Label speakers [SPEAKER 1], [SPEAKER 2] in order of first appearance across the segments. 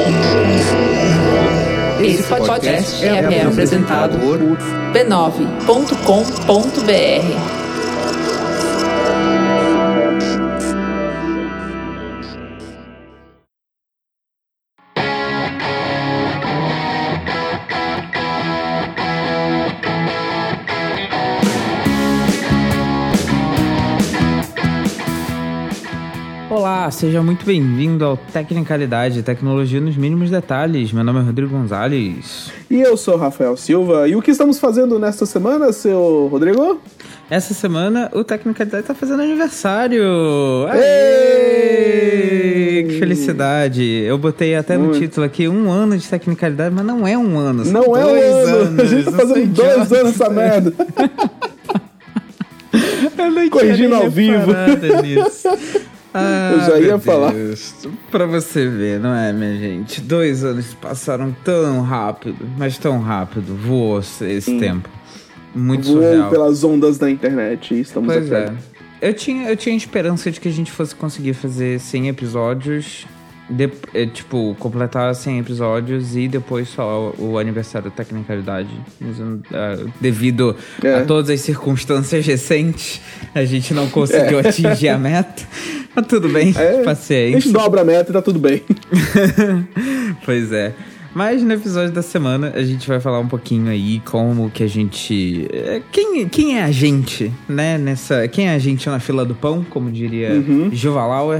[SPEAKER 1] Esse podcast é apresentado por b9.com.br.
[SPEAKER 2] Olá, seja muito bem-vindo ao Tecnicalidade, tecnologia nos mínimos detalhes. Meu nome é Rodrigo Gonzalez.
[SPEAKER 3] E eu sou Rafael Silva. E o que estamos fazendo nesta semana, seu Rodrigo?
[SPEAKER 2] Essa semana o Tecnicalidade está fazendo aniversário. Aê! Que felicidade. Eu botei até no título aqui 1 ano de Tecnicalidade, mas não é 1 ano.
[SPEAKER 3] Não é 1 ano. A gente tá fazendo 2 anos essa merda.
[SPEAKER 2] Eu não
[SPEAKER 3] corrigindo ao vivo.
[SPEAKER 2] Nisso.
[SPEAKER 3] Eu já ia falar.
[SPEAKER 2] Pra você ver, não é, minha gente? 2 anos passaram tão rápido, mas tão rápido. Voou esse tempo. Muito surreal.
[SPEAKER 3] Voou pelas ondas da internet e estamos
[SPEAKER 2] aqui. Pois é. Eu tinha esperança de que a gente fosse conseguir fazer 100 episódios, completar 100 episódios e depois só o aniversário da Tecnicalidade. Mas, devido a todas as circunstâncias recentes, a gente não conseguiu atingir a meta. Mas tudo bem, paciência.
[SPEAKER 3] A gente dobra a meta e tá tudo bem.
[SPEAKER 2] Pois é. Mas no episódio da semana a gente vai falar um pouquinho aí como que a gente... Quem é a gente, né? Quem é a gente na fila do pão, como diria Juva Lauer.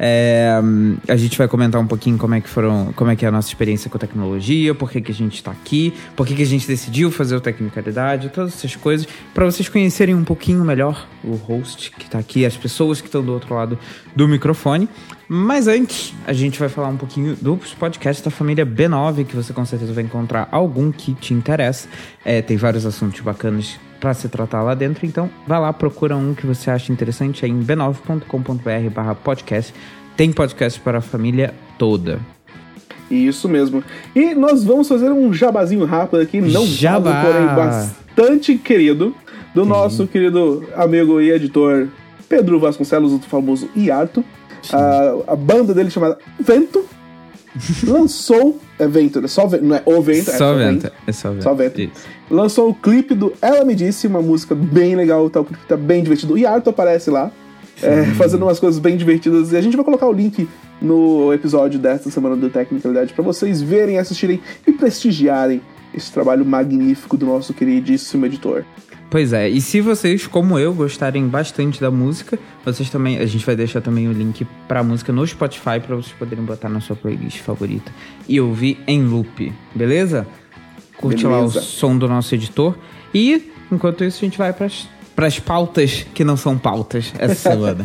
[SPEAKER 2] A gente vai comentar um pouquinho como é que é a nossa experiência com a tecnologia, por que a gente está aqui, por que a gente decidiu fazer o Tecnicalidade, todas essas coisas, para vocês conhecerem um pouquinho melhor o host que está aqui, as pessoas que estão do outro lado do microfone. Mas antes, a gente vai falar um pouquinho dos podcasts da família B9, que você com certeza vai encontrar algum que te interessa. Tem vários assuntos bacanas para se tratar lá dentro, então vai lá, procura um que você acha interessante aí em b9.com.br/podcast. Tem podcast para a família toda.
[SPEAKER 3] Isso mesmo. E nós vamos fazer um jabazinho rápido aqui, não jabá, porém bastante querido, do nosso querido amigo e editor Pedro Vasconcelos, o famoso Iarto. A banda dele chamada Vento lançou... Vento, não é só Vento, não é o Vento,
[SPEAKER 2] só Vento.
[SPEAKER 3] Só Vento. Lançou o clipe do Ela Me Disse, uma música bem legal, tá? O clipe tá bem divertido. O Iarto aparece lá, fazendo umas coisas bem divertidas. E a gente vai colocar o link no episódio desta semana do Tecnicalidade pra vocês verem, assistirem e prestigiarem esse trabalho magnífico do nosso queridíssimo editor.
[SPEAKER 2] Pois é, e se vocês, como eu, gostarem bastante da música, vocês também, a gente vai deixar também o link pra música no Spotify pra vocês poderem botar na sua playlist favorita e ouvir em loop, beleza? Curte lá o som do nosso editor. E, enquanto isso, a gente vai pras pautas que não são pautas essa semana.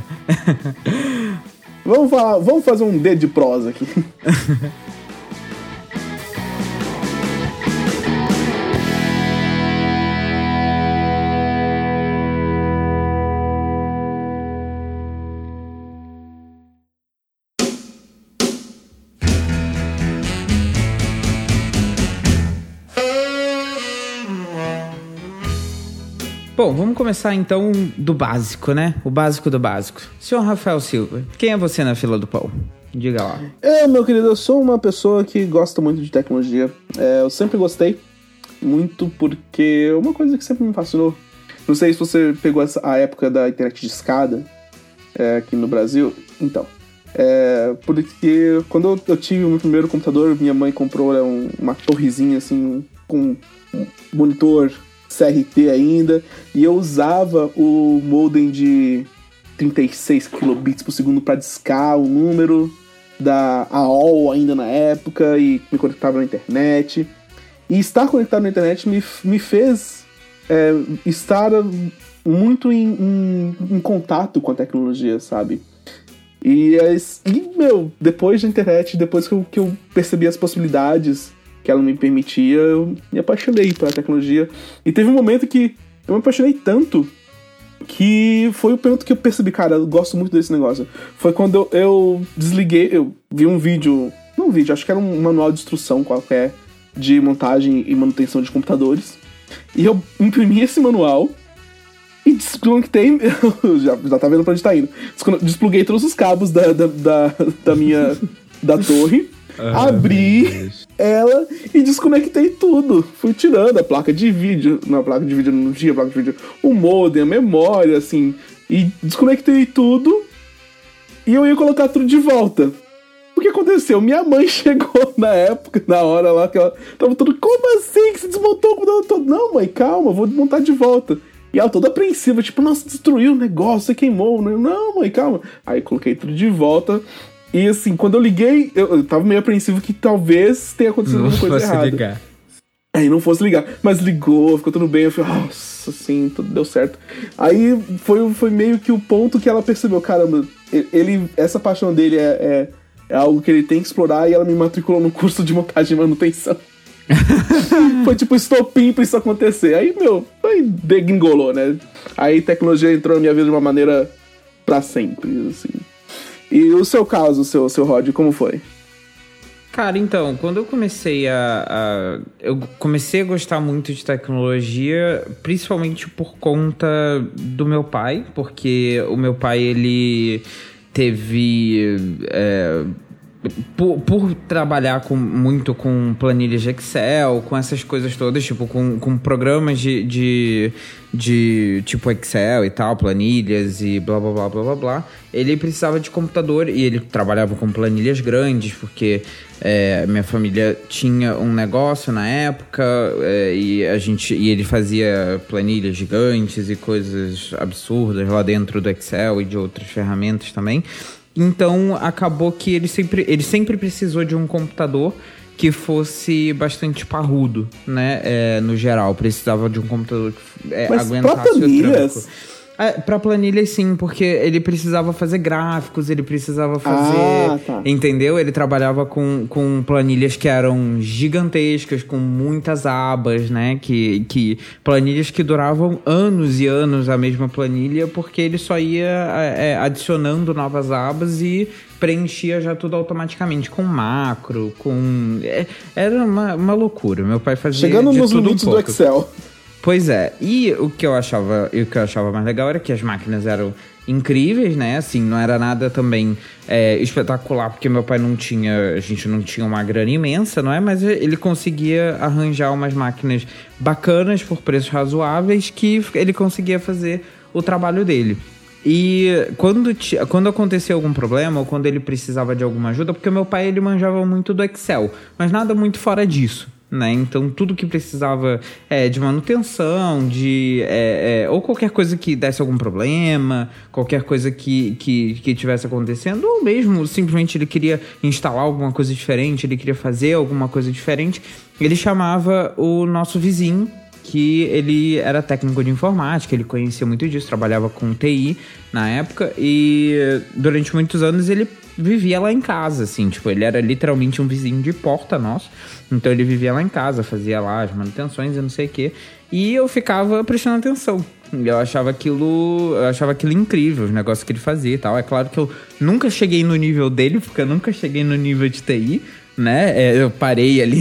[SPEAKER 3] Vamos fazer um dedo de prosa aqui.
[SPEAKER 2] Bom, vamos começar então do básico, né? O básico do básico. Senhor Rafael Silva, quem é você na fila do pão? Diga lá.
[SPEAKER 3] Meu querido, eu sou uma pessoa que gosta muito de tecnologia. Eu sempre gostei muito porque é uma coisa que sempre me fascinou. Não sei se você pegou a época da internet de escada aqui no Brasil. Então, porque quando eu tive o meu primeiro computador, minha mãe comprou uma torrezinha assim, com um monitor CRT ainda, e eu usava o modem de 36 kilobits por segundo para discar o número da AOL ainda na época, e me conectava na internet. E estar conectado na internet me fez estar muito em contato com a tecnologia, sabe? E depois da internet, depois que eu percebi as possibilidades que ela me permitia, eu me apaixonei pela tecnologia. E teve um momento que eu me apaixonei tanto que foi o ponto que eu percebi, cara, eu gosto muito desse negócio. Foi quando eu desliguei, eu vi um vídeo, não um vídeo, acho que era um manual de instrução qualquer de montagem e manutenção de computadores. E eu imprimi esse manual e desconectei, já tá vendo pra onde tá indo. Despluguei todos os cabos da torre. Abri ela e desconectei tudo. Fui tirando a placa de vídeo. Não, a placa de vídeo não tinha placa de vídeo. O modem, a memória, assim. E desconectei tudo. E eu ia colocar tudo de volta. O que aconteceu? Minha mãe chegou na época, na hora lá, que ela tava toda, como assim que você desmontou o computador todo? Não, mãe, calma, vou desmontar de volta. E ela toda apreensiva, tipo, nossa, destruiu o negócio, você queimou. Não, mãe, calma. Aí coloquei tudo de volta. E assim, quando eu liguei, eu tava meio apreensivo que talvez tenha acontecido alguma coisa errada.
[SPEAKER 2] Ligar.
[SPEAKER 3] Aí não fosse ligar. Mas ligou, ficou tudo bem. Eu falei, nossa, assim, tudo deu certo. Aí foi meio que o ponto que ela percebeu, caramba, essa paixão dele é algo que ele tem que explorar, e ela me matriculou no curso de montagem e manutenção. Foi tipo estopim pra isso acontecer. Aí, aí degringolou, né? Aí tecnologia entrou na minha vida de uma maneira pra sempre, assim. E o seu caso, o seu Rod, como foi?
[SPEAKER 2] Cara, então, quando eu comecei eu comecei a gostar muito de tecnologia, principalmente por conta do meu pai, porque o meu pai, ele teve... Por trabalhar muito com planilhas de Excel, com essas coisas todas, tipo, com programas de tipo Excel e tal, planilhas e blá, blá, blá, blá, blá, blá, ele precisava de computador, e ele trabalhava com planilhas grandes, porque minha família tinha um negócio na época, e ele fazia planilhas gigantes e coisas absurdas lá dentro do Excel e de outras ferramentas também. Então, acabou que ele sempre precisou de um computador que fosse bastante parrudo, né? No geral, precisava de um computador que aguentasse o tranco. Pra planilhas, sim, porque ele precisava fazer gráficos, ele precisava fazer...
[SPEAKER 3] tá.
[SPEAKER 2] Entendeu? Ele trabalhava com planilhas que eram gigantescas, com muitas abas, né? Planilhas que duravam anos e anos a mesma planilha, porque ele só ia adicionando novas abas e preenchia já tudo automaticamente, com macro, com... Era uma loucura. Meu pai fazia
[SPEAKER 3] chegando
[SPEAKER 2] de
[SPEAKER 3] nos
[SPEAKER 2] tudo
[SPEAKER 3] limites do Excel.
[SPEAKER 2] Pois é, e o que eu achava mais legal era que as máquinas eram incríveis, né? Assim, não era nada também espetacular, porque meu pai a gente não tinha uma grana imensa, não é? Mas ele conseguia arranjar umas máquinas bacanas por preços razoáveis, que ele conseguia fazer o trabalho dele. E quando acontecia algum problema, ou quando ele precisava de alguma ajuda, porque o meu pai, ele manjava muito do Excel, mas nada muito fora disso, né? Então, tudo que precisava de manutenção, ou qualquer coisa que desse algum problema, qualquer coisa que tivesse acontecendo, ou mesmo simplesmente ele queria instalar alguma coisa diferente, ele queria fazer alguma coisa diferente, ele chamava o nosso vizinho, que ele era técnico de informática, ele conhecia muito disso, trabalhava com TI na época, e durante muitos anos ele vivia lá em casa, assim, tipo, ele era literalmente um vizinho de porta nosso, então ele vivia lá em casa, fazia lá as manutenções e não sei o quê, e eu ficava prestando atenção. Eu achava aquilo incrível, os negócios que ele fazia e tal. É claro que eu nunca cheguei no nível dele, porque eu nunca cheguei no nível de TI, né? Eu parei ali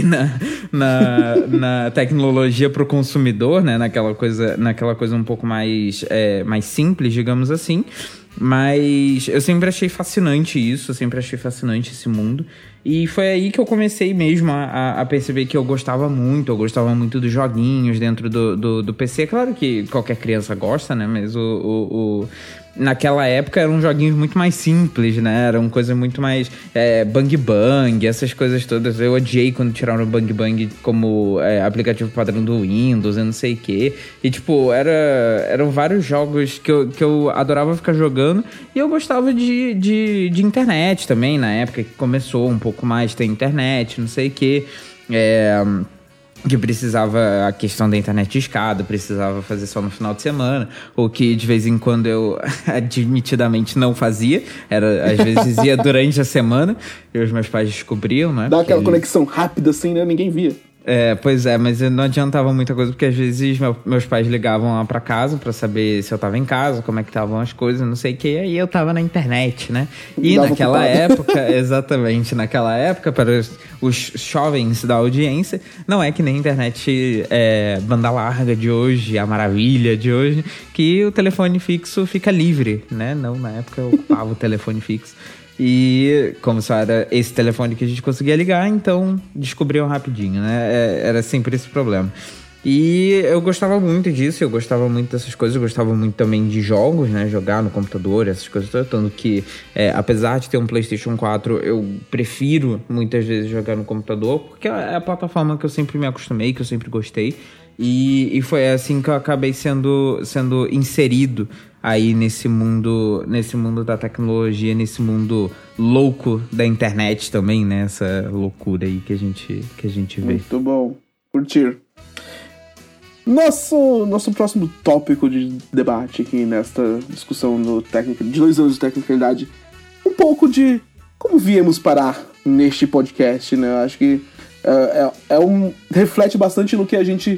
[SPEAKER 2] na tecnologia para o consumidor, né? Naquela coisa um pouco mais simples, digamos assim. Mas eu sempre achei fascinante isso, eu sempre achei fascinante esse mundo. E foi aí que eu comecei mesmo a perceber que eu gostava muito dos joguinhos dentro do PC. Claro que qualquer criança gosta, né? Mas naquela época eram joguinhos muito mais simples, né? Eram coisas muito mais Bang Bang, essas coisas todas. Eu odiei quando tiraram o Bang Bang como aplicativo padrão do Windows, eu não sei o quê. E tipo, eram vários jogos que eu adorava ficar jogando. E eu gostava de internet também, na época que começou um pouco mais ter internet, não sei o quê. Que precisava, a questão da internet de escada, precisava fazer só no final de semana, ou que de vez em quando eu admitidamente não fazia, às vezes ia durante a semana, e os meus pais descobriam, né?
[SPEAKER 3] Dá aquela conexão rápida assim, né? Ninguém via.
[SPEAKER 2] Pois é, mas não adiantava muita coisa, porque às vezes meus pais ligavam lá pra casa pra saber se eu tava em casa, como é que estavam as coisas, não sei o que, e aí eu tava na internet, né? E naquela época, exatamente, naquela época, para os jovens da audiência, não é que nem a internet banda larga de hoje, a maravilha de hoje, que o telefone fixo fica livre, né? Não, na época eu ocupava o telefone fixo. E como só era esse telefone que a gente conseguia ligar, então descobriam rapidinho, né? Era sempre esse problema. E eu gostava muito disso, eu gostava muito dessas coisas, eu gostava muito também de jogos, né? Jogar no computador, essas coisas todas. Tanto que, apesar de ter um PlayStation 4, eu prefiro muitas vezes jogar no computador, porque é a plataforma que eu sempre me acostumei, que eu sempre gostei. E foi assim que eu acabei sendo inserido aí nesse mundo da tecnologia, nesse mundo louco da internet também, né? Essa loucura aí que a gente vê.
[SPEAKER 3] Muito bom. Curtir. Nosso próximo tópico de debate aqui nesta discussão de 2 anos de tecnicalidade, um pouco de como viemos parar neste podcast, né? Eu acho que reflete bastante no que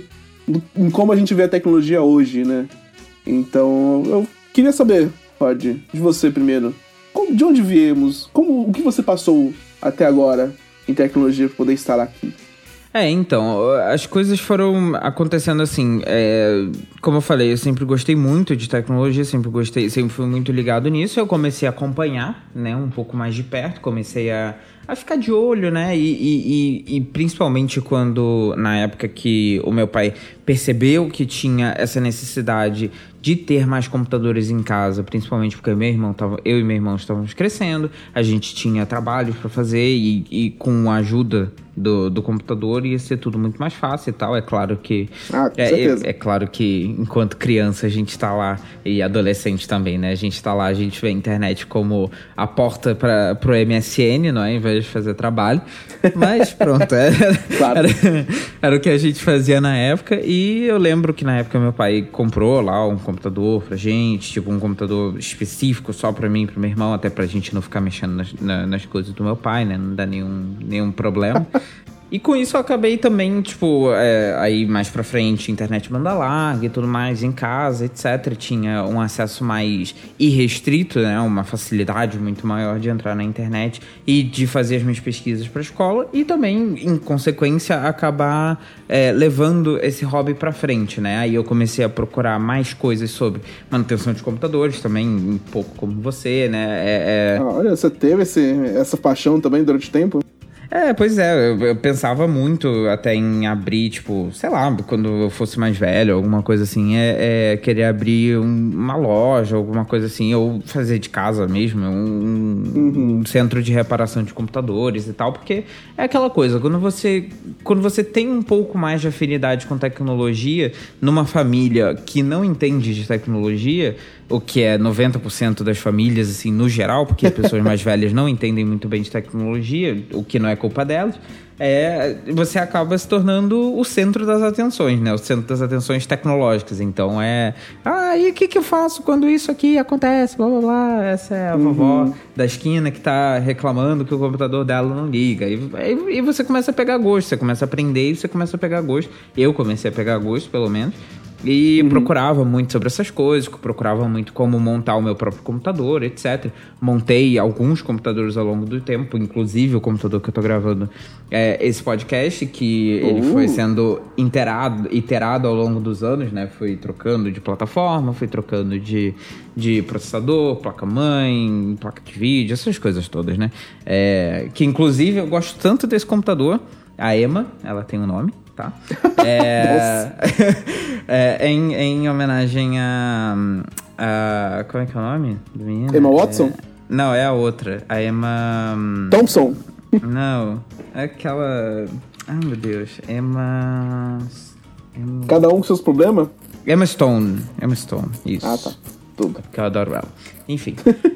[SPEAKER 3] em como a gente vê a tecnologia hoje, né? Então, eu queria saber, Rod, de você primeiro, de onde viemos, o que você passou até agora em tecnologia para poder estar aqui?
[SPEAKER 2] Então, as coisas foram acontecendo assim, como eu falei, eu sempre gostei muito de tecnologia, sempre fui muito ligado nisso, eu comecei a acompanhar, né, um pouco mais de perto, comecei a ficar de olho, né, e principalmente quando, na época que o meu pai percebeu que tinha essa necessidade de ter mais computadores em casa, principalmente porque eu e meu irmão estávamos crescendo, a gente tinha trabalhos para fazer e com a ajuda do computador ia ser tudo muito mais fácil e tal. É claro que
[SPEAKER 3] com certeza.
[SPEAKER 2] É claro que enquanto criança a gente tá lá, e adolescente também, né? A gente tá lá, a gente vê a internet como a porta pro MSN, não é? Ao invés de fazer trabalho. Mas pronto,
[SPEAKER 3] claro.
[SPEAKER 2] era o que a gente fazia na época. E eu lembro que na época meu pai comprou lá um computador pra gente, tipo um computador específico só pra mim e pro meu irmão, até pra gente não ficar mexendo nas coisas do meu pai, né? Não dá nenhum problema. E com isso eu acabei também, aí mais pra frente, internet banda larga e tudo mais em casa, etc. Tinha um acesso mais irrestrito, né? Uma facilidade muito maior de entrar na internet e de fazer as minhas pesquisas pra escola e também, em consequência, acabar levando esse hobby pra frente, né? Aí eu comecei a procurar mais coisas sobre manutenção de computadores também, um pouco como você, né?
[SPEAKER 3] Olha, você teve essa paixão também durante o tempo?
[SPEAKER 2] Pois é, eu pensava muito até em abrir, sei lá, quando eu fosse mais velho, alguma coisa assim, querer abrir uma loja, alguma coisa assim, ou fazer de casa mesmo, um centro de reparação de computadores e tal, porque é aquela coisa, quando você tem um pouco mais de afinidade com tecnologia, numa família que não entende de tecnologia, o que é 90% das famílias, assim, no geral, porque as pessoas mais velhas não entendem muito bem de tecnologia, o que não é culpa delas, você acaba se tornando o centro das atenções, né? O centro das atenções tecnológicas. Então e o que eu faço quando isso aqui acontece? Blá, blá, blá. Essa é a vovó da esquina que tá reclamando que o computador dela não liga. E você começa a pegar gosto, você começa a aprender e você começa a pegar gosto. Eu comecei a pegar gosto, pelo menos. E procurava muito sobre essas coisas, procurava muito como montar o meu próprio computador, etc. Montei alguns computadores ao longo do tempo, inclusive o computador que eu tô gravando esse podcast, que ele foi sendo iterado ao longo dos anos, né? Fui trocando de plataforma, fui trocando de processador, placa-mãe, placa de vídeo, essas coisas todas, né? Que inclusive eu gosto tanto desse computador, a Emma, ela tem um nome, tá? Em homenagem a... Como é que é o nome do menino?
[SPEAKER 3] Emma Watson?
[SPEAKER 2] Não, é a outra. A Emma...
[SPEAKER 3] Thompson?
[SPEAKER 2] Não, é aquela... Ai, meu Deus. Emma...
[SPEAKER 3] Cada um com seus problemas?
[SPEAKER 2] Emma Stone, isso.
[SPEAKER 3] Ah, tá. Tudo.
[SPEAKER 2] Que eu adoro ela. Enfim.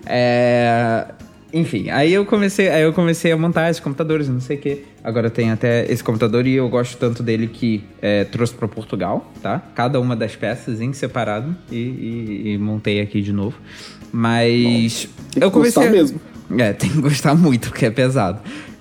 [SPEAKER 2] Enfim, aí eu comecei a montar esses computadores, não sei o quê. Agora tem até esse computador e eu gosto tanto dele que trouxe para Portugal, tá? Cada uma das peças em separado e montei aqui de novo. Mas
[SPEAKER 3] eu comecei mesmo.
[SPEAKER 2] Tem que gostar muito, porque é pesado.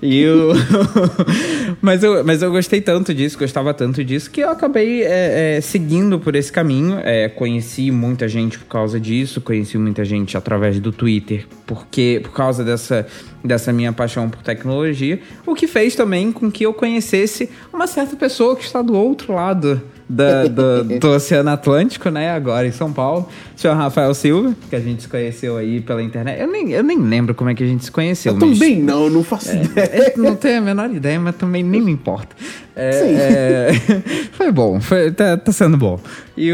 [SPEAKER 2] Mas eu gostei tanto disso, gostava tanto disso, que eu acabei seguindo por esse caminho. Conheci muita gente por causa disso, conheci muita gente através do Twitter, por causa dessa minha paixão por tecnologia, o que fez também com que eu conhecesse uma certa pessoa que está do outro lado do Oceano Atlântico, né? Agora em São Paulo. O senhor Rafael Silva, que a gente se conheceu aí pela internet. Eu nem lembro como é que a gente se conheceu.
[SPEAKER 3] Eu também não faço ideia.
[SPEAKER 2] Não tenho a menor ideia, mas também nem me importa. Foi bom, tá sendo bom. E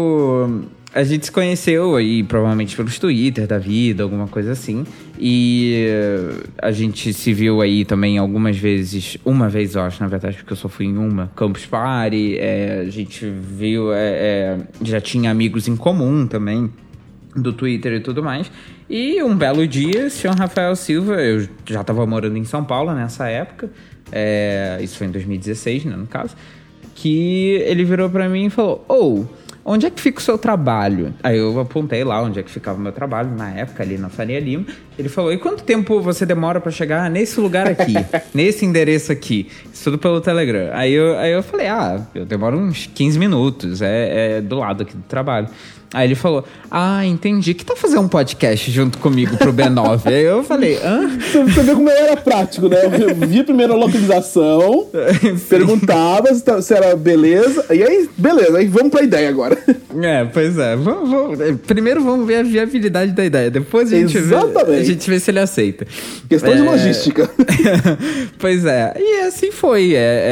[SPEAKER 2] a gente se conheceu aí, provavelmente pelos Twitter da vida, alguma coisa assim. E a gente se viu aí também algumas vezes, uma vez eu acho, na verdade, porque eu só fui em uma, Campus Party. A gente viu, já tinha amigos em comum também, do Twitter e tudo mais. E um belo dia, o senhor Rafael Silva, eu já tava morando em São Paulo nessa época, isso foi em 2016, né, no caso, que ele virou pra mim e falou, onde é que fica o seu trabalho? Aí eu apontei lá onde é que ficava o meu trabalho, na época, ali na Faria Lima. Ele falou, e quanto tempo você demora pra chegar nesse lugar aqui? Nesse endereço aqui? Isso tudo pelo Telegram. Aí eu falei, eu demoro uns 15 minutos, é do lado aqui do trabalho. Aí ele falou, entendi, que tal fazer um podcast junto comigo pro B9? Aí eu falei,
[SPEAKER 3] Você vê como era prático, né? Eu via primeiro a localização, perguntava se era beleza, e aí, beleza, aí vamos pra ideia agora.
[SPEAKER 2] Pois é. Primeiro vamos ver a viabilidade da ideia, depois a gente vê se ele aceita.
[SPEAKER 3] Questão de logística.
[SPEAKER 2] Pois é, e assim foi.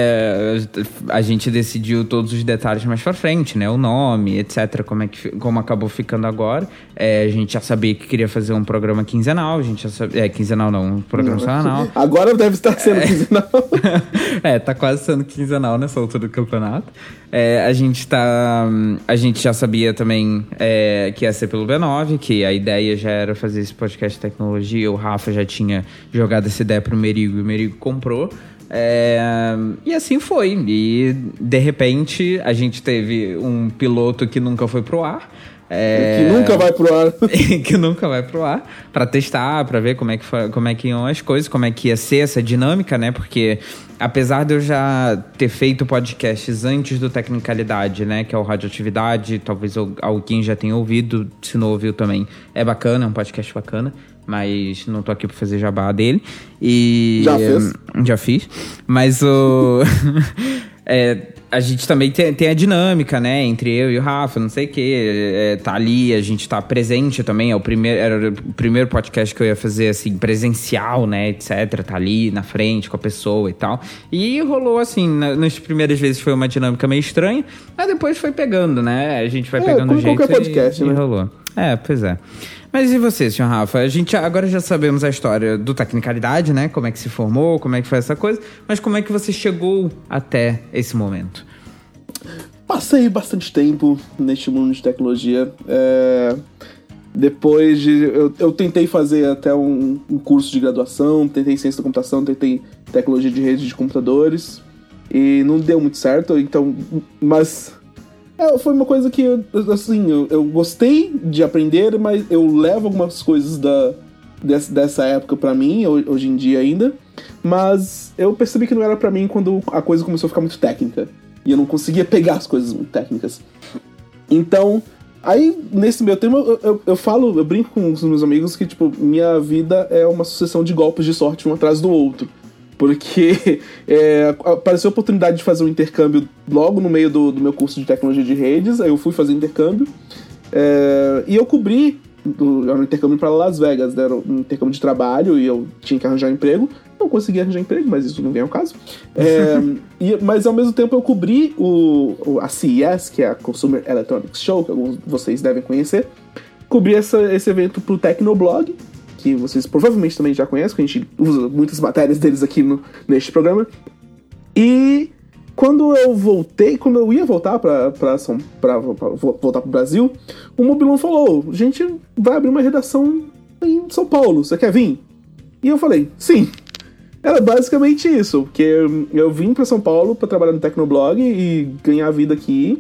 [SPEAKER 2] A gente decidiu todos os detalhes mais pra frente, né? O nome, etc., como acabou ficando agora. A gente já sabia que queria fazer um programa quinzenal, a gente já sabia... quinzenal não, um programa semanal.
[SPEAKER 3] Agora deve estar sendo quinzenal.
[SPEAKER 2] Tá quase sendo quinzenal nessa altura do campeonato. A gente já sabia também que ia ser pelo B9, que a ideia já era fazer esse podcast de tecnologia. O Rafa já tinha jogado essa ideia pro Merigo e o Merigo comprou. E assim foi. E de repente a gente teve um piloto que nunca foi pro ar.
[SPEAKER 3] Que nunca vai pro ar.
[SPEAKER 2] Que nunca vai pro ar. Pra testar, pra ver como é que iam as coisas, como é que ia ser essa dinâmica, né? Porque apesar de eu já ter feito podcasts antes do Tecnicalidade, né? Que é o Radioatividade, talvez alguém já tenha ouvido, se não ouviu também. É bacana, é um podcast bacana. Mas não tô aqui pra fazer jabá dele. Já fiz. Mas a gente também tem a dinâmica, né? Entre eu e o Rafa, não sei o quê. Tá ali, a gente tá presente também. Era o primeiro podcast que eu ia fazer, assim, presencial, né? Etc. Tá ali na frente com a pessoa e tal. E rolou, assim, nas primeiras vezes foi uma dinâmica meio estranha. Mas depois foi pegando, né? A gente vai pegando o jeito
[SPEAKER 3] qualquer podcast,
[SPEAKER 2] e
[SPEAKER 3] né?
[SPEAKER 2] rolou. Pois é. Mas e você, senhor Rafa? A gente agora já sabemos a história do Tecnicalidade, né? Como é que se formou, como é que foi essa coisa. Mas como é que você chegou até esse momento?
[SPEAKER 3] Passei bastante tempo neste mundo de tecnologia. Depois de... Eu tentei fazer até um curso de graduação, tentei ciência da computação, tentei tecnologia de rede de computadores. E não deu muito certo, então... Mas... foi uma coisa que, eu gostei de aprender, mas eu levo algumas coisas dessa época pra mim, hoje em dia ainda. Mas eu percebi que não era pra mim quando a coisa começou a ficar muito técnica. E eu não conseguia pegar as coisas muito técnicas. Então, aí, nesse meu tempo, eu brinco com os meus amigos que, tipo, minha vida é uma sucessão de golpes de sorte um atrás do outro. Porque apareceu a oportunidade de fazer um intercâmbio logo no meio do meu curso de tecnologia de redes. Aí eu fui fazer intercâmbio. E eu cobri era um intercâmbio para Las Vegas, né? Era um intercâmbio de trabalho e eu tinha que arranjar emprego. Não consegui arranjar emprego, mas isso não vem ao caso. Mas ao mesmo tempo eu cobri a CES, que é a Consumer Electronics Show, que alguns de vocês devem conhecer. Cobri esse evento pro Tecnoblog, que vocês provavelmente também já conhecem, porque a gente usa muitas matérias deles aqui neste programa. E quando eu ia voltar para voltar pro Brasil, o Mobilon falou: a gente vai abrir uma redação em São Paulo, você quer vir? E eu falei, sim. Era basicamente isso, porque eu vim para São Paulo para trabalhar no Tecnoblog e ganhar vida aqui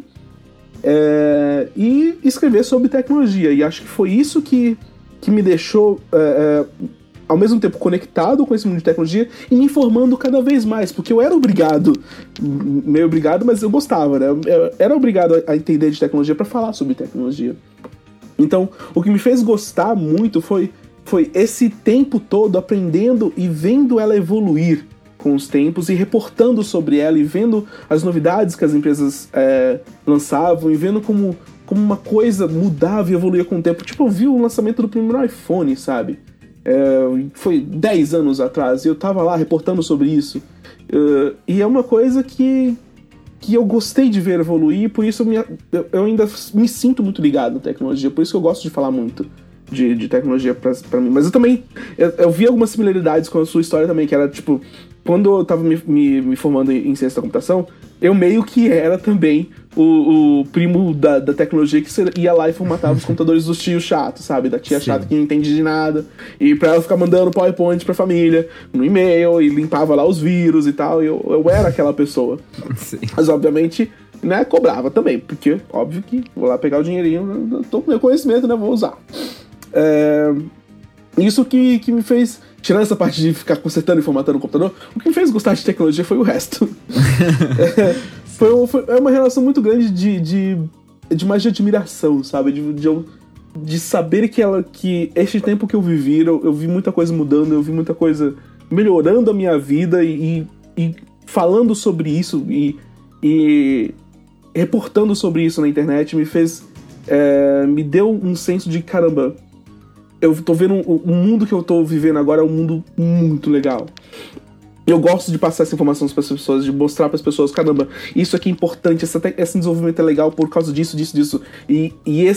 [SPEAKER 3] e escrever sobre tecnologia. E acho que foi isso que me deixou ao mesmo tempo conectado com esse mundo de tecnologia e me informando cada vez mais, porque eu era meio obrigado, mas eu gostava, né? Eu era obrigado a entender de tecnologia para falar sobre tecnologia. Então, o que me fez gostar muito foi esse tempo todo aprendendo e vendo ela evoluir. com os tempos e reportando sobre ela e vendo as novidades que as empresas lançavam e vendo como uma coisa mudava e evoluía com o tempo. Tipo, eu vi o lançamento do primeiro iPhone, sabe? Foi 10 anos atrás e eu tava lá reportando sobre isso. E é uma coisa que eu gostei de ver evoluir, por isso eu ainda me sinto muito ligado na tecnologia, por isso que eu gosto de falar muito de tecnologia pra mim. Mas eu também, eu vi algumas similaridades com a sua história também, que era, tipo, quando eu tava me formando em ciência da computação, eu meio que era também o primo da tecnologia que ia lá e formatava os computadores dos tios chatos, sabe? Da tia chata que não entende de nada. E pra ela ficar mandando PowerPoint pra família, no e-mail, e limpava lá os vírus e tal. E eu era aquela pessoa.
[SPEAKER 2] Sim.
[SPEAKER 3] Mas, obviamente, né, cobrava também. Porque, óbvio que vou lá pegar o dinheirinho, eu tô com meu conhecimento, né? Vou usar. Isso que me fez... Tirando essa parte de ficar consertando e formatando o computador, o que me fez gostar de tecnologia foi o resto. Foi uma relação muito grande de mais de admiração, sabe? De saber que este tempo que eu vivi, eu vi muita coisa mudando, eu vi muita coisa melhorando a minha vida e falando sobre isso e reportando sobre isso na internet me deu um senso de caramba. Eu tô vendo o mundo que eu tô vivendo agora é um mundo muito legal. Eu gosto de passar essa informação para as pessoas, de mostrar para as pessoas, caramba, isso aqui é importante, esse desenvolvimento é legal por causa disso. E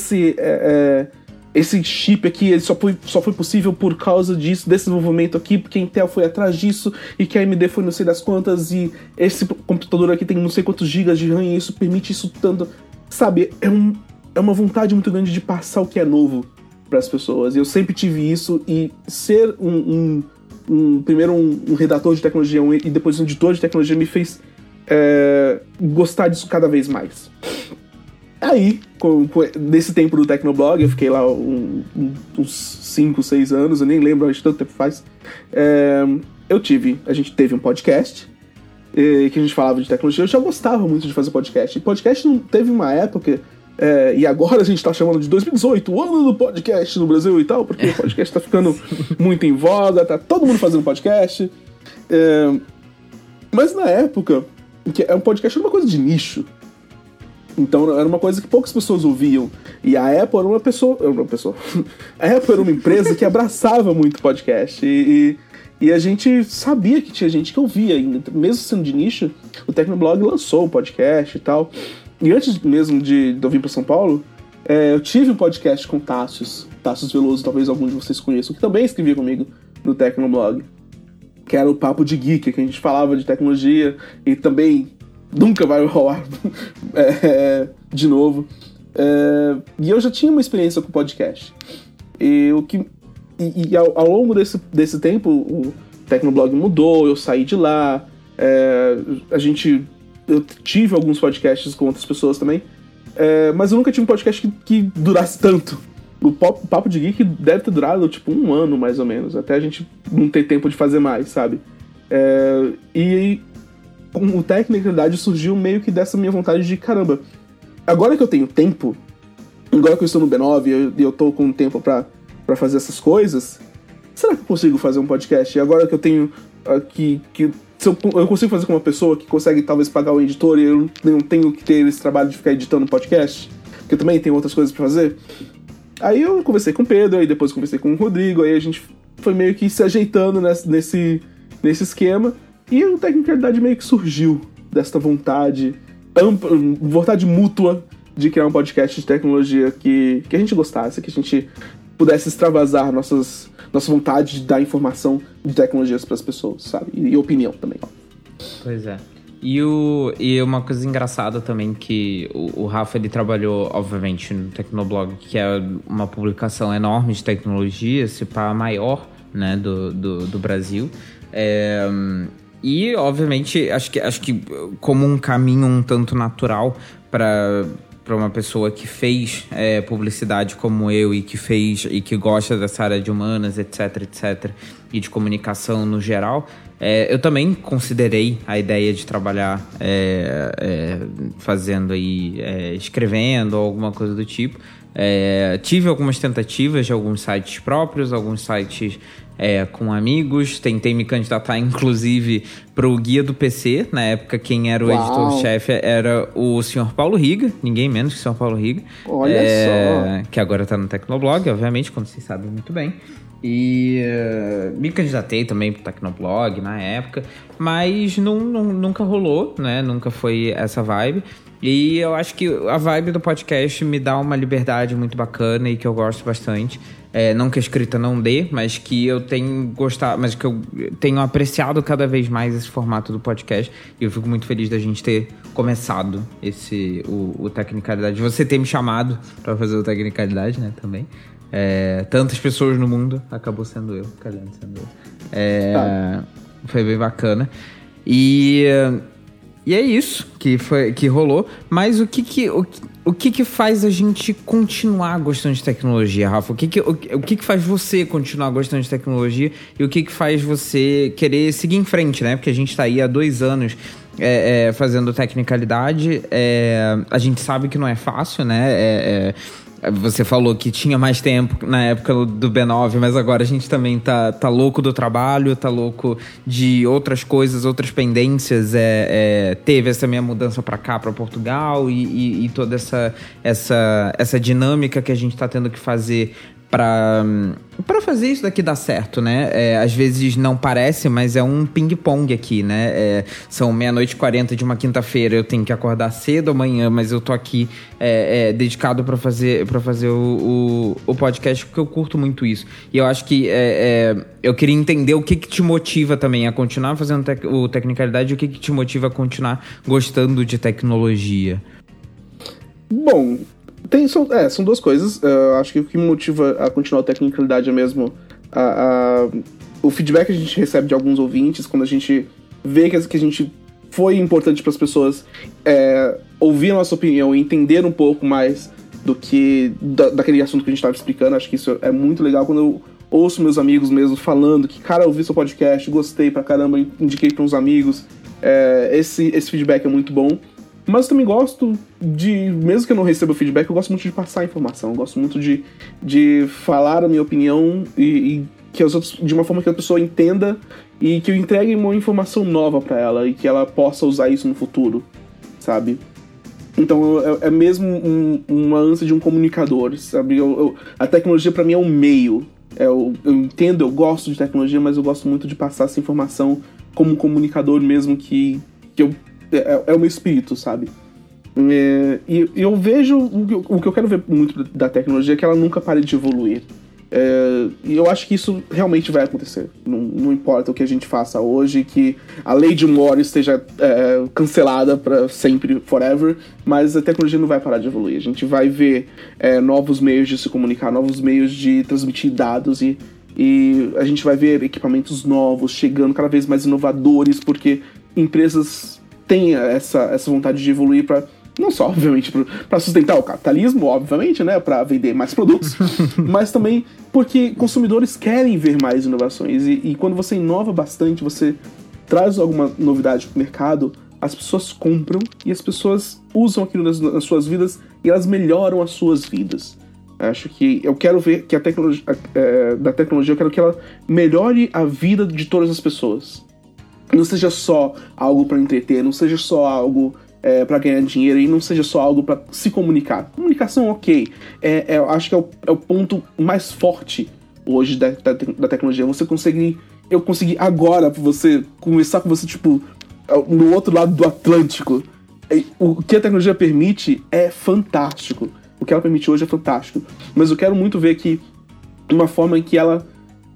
[SPEAKER 3] esse chip aqui ele só foi possível por causa disso, desse desenvolvimento aqui, porque a Intel foi atrás disso, e que a AMD foi não sei das quantas, e esse computador aqui tem não sei quantos gigas de RAM, e isso permite isso tanto. Sabe, é uma vontade muito grande de passar o que é novo para as pessoas. E eu sempre tive isso, e ser primeiro um redator de tecnologia e depois um editor de tecnologia me fez gostar disso cada vez mais. Aí, nesse tempo do Tecnoblog, eu fiquei lá uns 5, 6 anos, eu nem lembro, acho que tanto tempo faz. A gente teve um podcast que a gente falava de tecnologia. Eu já gostava muito de fazer podcast. E podcast não teve uma época... e agora a gente tá chamando de 2018, o ano do podcast no Brasil e tal, porque o podcast tá ficando muito em voga, tá todo mundo fazendo podcast. Mas na época, que um podcast era uma coisa de nicho. Então era uma coisa que poucas pessoas ouviam. E a Apple era uma pessoa. A Apple era uma empresa que abraçava muito podcast. E a gente sabia que tinha gente que ouvia ainda. Mesmo sendo de nicho, o Tecnoblog lançou o podcast e tal. E antes mesmo de eu vir para São Paulo, eu tive um podcast com Tassius Veloso, talvez algum de vocês conheçam, que também escrevia comigo no Tecnoblog, que era o Papo de Geek, que a gente falava de tecnologia e também nunca vai rolar de novo. E eu já tinha uma experiência com podcast. E ao longo desse tempo, o Tecnoblog mudou, eu saí de lá, eu tive alguns podcasts com outras pessoas também, mas eu nunca tive um podcast que durasse tanto. O Papo de Geek deve ter durado, tipo, 1 ano, mais ou menos, até a gente não ter tempo de fazer mais, sabe? E o Tecnicalidade surgiu meio que dessa minha vontade de, caramba, agora que eu tenho tempo, agora que eu estou no B9 e eu tô com tempo pra fazer essas coisas, será que eu consigo fazer um podcast? E agora que eu tenho eu consigo fazer com uma pessoa que consegue talvez pagar o editor e eu não tenho que ter esse trabalho de ficar editando podcast, porque eu também tenho outras coisas pra fazer. Aí eu conversei com o Pedro, aí depois conversei com o Rodrigo, aí a gente foi meio que se ajeitando nesse esquema, e o Tecnicalidade meio que surgiu desta vontade mútua de criar um podcast de tecnologia que a gente gostasse, que a gente pudesse extravasar nossa vontade de dar informação de tecnologias para as pessoas, sabe? E opinião também.
[SPEAKER 2] Pois é. E uma coisa engraçada também, que o Rafa, ele trabalhou, obviamente, no Tecnoblog, que é uma publicação enorme de tecnologia, se pá, a maior, né, do Brasil. E, obviamente, acho que como um caminho um tanto natural para uma pessoa que fez publicidade como eu e que gosta dessa área de humanas, etc, e de comunicação no geral, eu também considerei a ideia de trabalhar fazendo aí, escrevendo ou alguma coisa do tipo. Tive algumas tentativas de alguns sites próprios, alguns sites com amigos. Tentei me candidatar, inclusive, pro Guia do PC. Na época, quem era o editor-chefe era o Sr. Paulo Riga. Ninguém menos que o Sr. Paulo Riga.
[SPEAKER 3] Olha só.
[SPEAKER 2] Que agora tá no Tecnoblog, obviamente, como vocês sabem muito bem. E me candidatei também pro Tecnoblog na época, mas nunca rolou, né? Nunca foi essa vibe. E eu acho que a vibe do podcast me dá uma liberdade muito bacana e que eu gosto bastante. Não que a escrita não dê, mas que eu tenho gostado, mas que eu tenho apreciado cada vez mais esse formato do podcast. E eu fico muito feliz da gente ter começado o Tecnicalidade. Você ter me chamado para fazer o Tecnicalidade, né, também. Tantas pessoas no mundo, acabou sendo eu, calhando sendo eu. Foi bem bacana. E é isso que rolou. Mas o que faz a gente continuar gostando de tecnologia, Rafa? O que faz você continuar gostando de tecnologia e o que faz você querer seguir em frente, né? Porque a gente tá aí há 2 anos fazendo Tecnicalidade. A gente sabe que não é fácil, né? Você falou que tinha mais tempo na época do B9, mas agora a gente também tá louco do trabalho, tá louco de outras coisas, outras pendências. Teve essa minha mudança pra cá, pra Portugal, e toda essa dinâmica que a gente tá tendo que fazer pra fazer isso daqui dar certo, né? Às vezes não parece, mas é um ping-pong aqui, né? São 00:40 de uma quinta-feira, eu tenho que acordar cedo amanhã, mas eu tô aqui dedicado pra fazer o podcast, porque eu curto muito isso. E eu acho que eu queria entender o que te motiva também a continuar fazendo o Tecnicalidade e o que te motiva a continuar gostando de tecnologia.
[SPEAKER 3] Bom, são 2 coisas. Acho que o que me motiva a continuar a Tecnicalidade é mesmo o feedback que a gente recebe de alguns ouvintes, quando a gente vê que a gente foi importante para as pessoas ouvir a nossa opinião e entender um pouco mais do que daquele assunto que a gente estava explicando. Acho que isso é muito legal quando eu ouço meus amigos mesmo falando que, cara, eu ouvi seu podcast, gostei pra caramba, indiquei para uns amigos. Esse feedback é muito bom. Mas eu também gosto mesmo que eu não receba feedback, eu gosto muito de passar a informação. Eu gosto muito de falar a minha opinião e que os outros, de uma forma que a pessoa entenda e que eu entregue uma informação nova pra ela e que ela possa usar isso no futuro, sabe? Então é mesmo uma ânsia de um comunicador, sabe? A tecnologia pra mim é um meio. Eu entendo, eu gosto de tecnologia, mas eu gosto muito de passar essa informação como um comunicador mesmo que é o meu espírito, sabe? E eu vejo o que eu quero ver muito da tecnologia é que ela nunca pare de evoluir. E eu acho que isso realmente vai acontecer. Não importa o que a gente faça hoje, que a lei de Moore esteja cancelada para sempre, forever, mas a tecnologia não vai parar de evoluir. A gente vai ver novos meios de se comunicar, novos meios de transmitir dados e a gente vai ver equipamentos novos chegando, cada vez mais inovadores, porque empresas têm essa vontade de evoluir para não só, obviamente, para sustentar o capitalismo, obviamente, né, para vender mais produtos, mas também porque consumidores querem ver mais inovações. E quando você inova bastante, você traz alguma novidade para o mercado, as pessoas compram e as pessoas usam aquilo nas suas vidas e elas melhoram as suas vidas. Eu quero ver que a tecnologia, eu quero que ela melhore a vida de todas as pessoas. Não seja só algo para entreter, não seja só algo para ganhar dinheiro e não seja só algo para se comunicar. Comunicação, ok. Eu acho que é o ponto mais forte hoje da tecnologia. Eu consegui agora conversar com você, tipo, no outro lado do Atlântico. O que a tecnologia permite é fantástico. O que ela permite hoje é fantástico. Mas eu quero muito ver que uma forma em que ela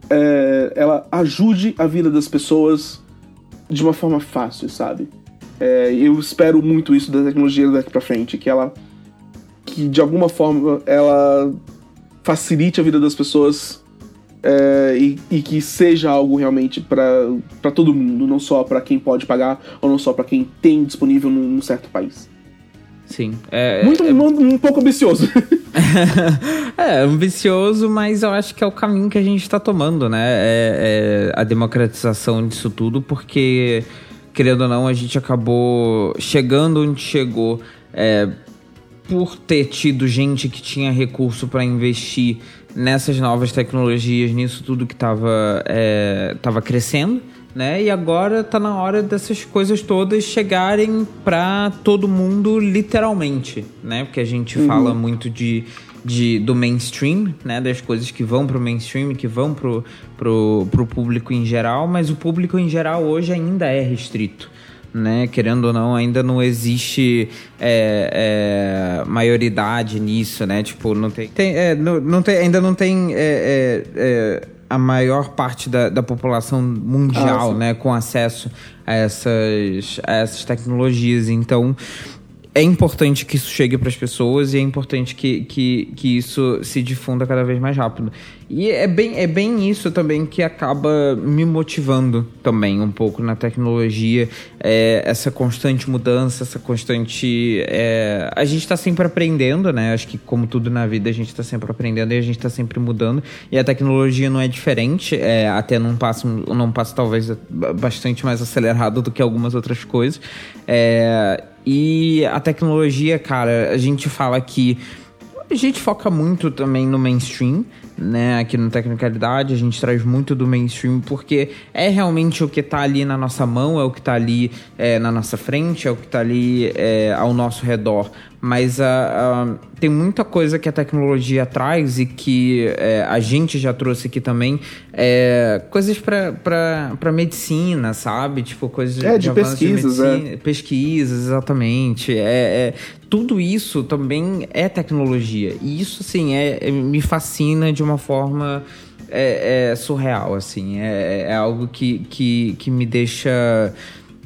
[SPEAKER 3] ajude a vida das pessoas de uma forma fácil, sabe? Eu espero muito isso da tecnologia daqui pra frente, que de alguma forma ela facilite a vida das pessoas e que seja algo realmente pra todo mundo, não só pra quem pode pagar ou não só pra quem tem disponível num certo país.
[SPEAKER 2] Sim.
[SPEAKER 3] Um pouco ambicioso.
[SPEAKER 2] Ambicioso, mas eu acho que é o caminho que a gente tá tomando, né? A democratização disso tudo, porque, querendo ou não, a gente acabou chegando onde chegou por ter tido gente que tinha recurso para investir nessas novas tecnologias, nisso tudo que estava crescendo, né? E agora tá na hora dessas coisas todas chegarem para todo mundo literalmente, né? Porque a gente fala muito do mainstream, né? Das coisas que vão pro mainstream, que vão pro público em geral, mas o público em geral hoje ainda é restrito, né? Querendo ou não, ainda não existe maioridade nisso, né? Tipo, ainda não tem a maior parte da população mundial, né? Com acesso a essas tecnologias. Então, é importante que isso chegue para as pessoas e é importante que isso se difunda cada vez mais rápido. E é bem isso também que acaba me motivando também um pouco na tecnologia, essa constante mudança, essa constante... a gente está sempre aprendendo, né? Acho que como tudo na vida a gente está sempre aprendendo e a gente está sempre mudando. E a tecnologia não é diferente, até num passo talvez bastante mais acelerado do que algumas outras coisas. E a tecnologia, cara, a gente fala que a gente foca muito também no mainstream, né? Aqui no Tecnicalidade a gente traz muito do mainstream porque é realmente o que tá ali na nossa mão, é o que tá ali na nossa frente, é o que tá ali ao nosso redor. Mas tem muita coisa que a tecnologia traz e que a gente já trouxe aqui também. Coisas para medicina, sabe? Tipo, coisas
[SPEAKER 3] de pesquisas,
[SPEAKER 2] de medicina, pesquisas, exatamente. Tudo isso também é tecnologia. E isso, assim, me fascina de uma forma surreal, assim. É algo que me deixa...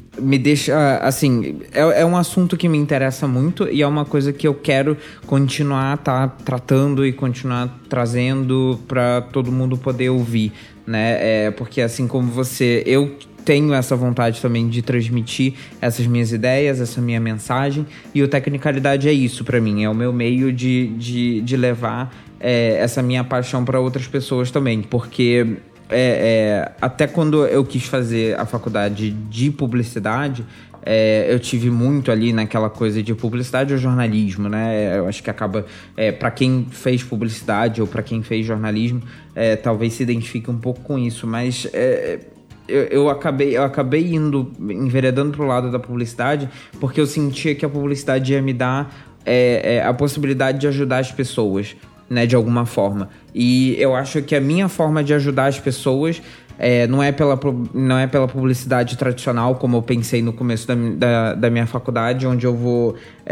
[SPEAKER 2] assim, é um assunto que me interessa muito e é uma coisa que eu quero continuar tratando e continuar trazendo para todo mundo poder ouvir, né? Porque assim como você, eu tenho essa vontade também de transmitir essas minhas ideias, essa minha mensagem, e o Tecnicalidade é isso para mim, é o meu meio de levar essa minha paixão para outras pessoas também, porque até quando eu quis fazer a faculdade de publicidade, eu tive muito ali naquela coisa de publicidade ou jornalismo, né? Eu acho que acaba, para quem fez publicidade ou para quem fez jornalismo, talvez se identifique um pouco com isso, mas eu acabei enveredando pro lado da publicidade porque eu sentia que a publicidade ia me dar a possibilidade de ajudar as pessoas, né, de alguma forma. E eu acho que a minha forma de ajudar as pessoas não é pela publicidade tradicional, como eu pensei no começo da minha faculdade, onde eu vou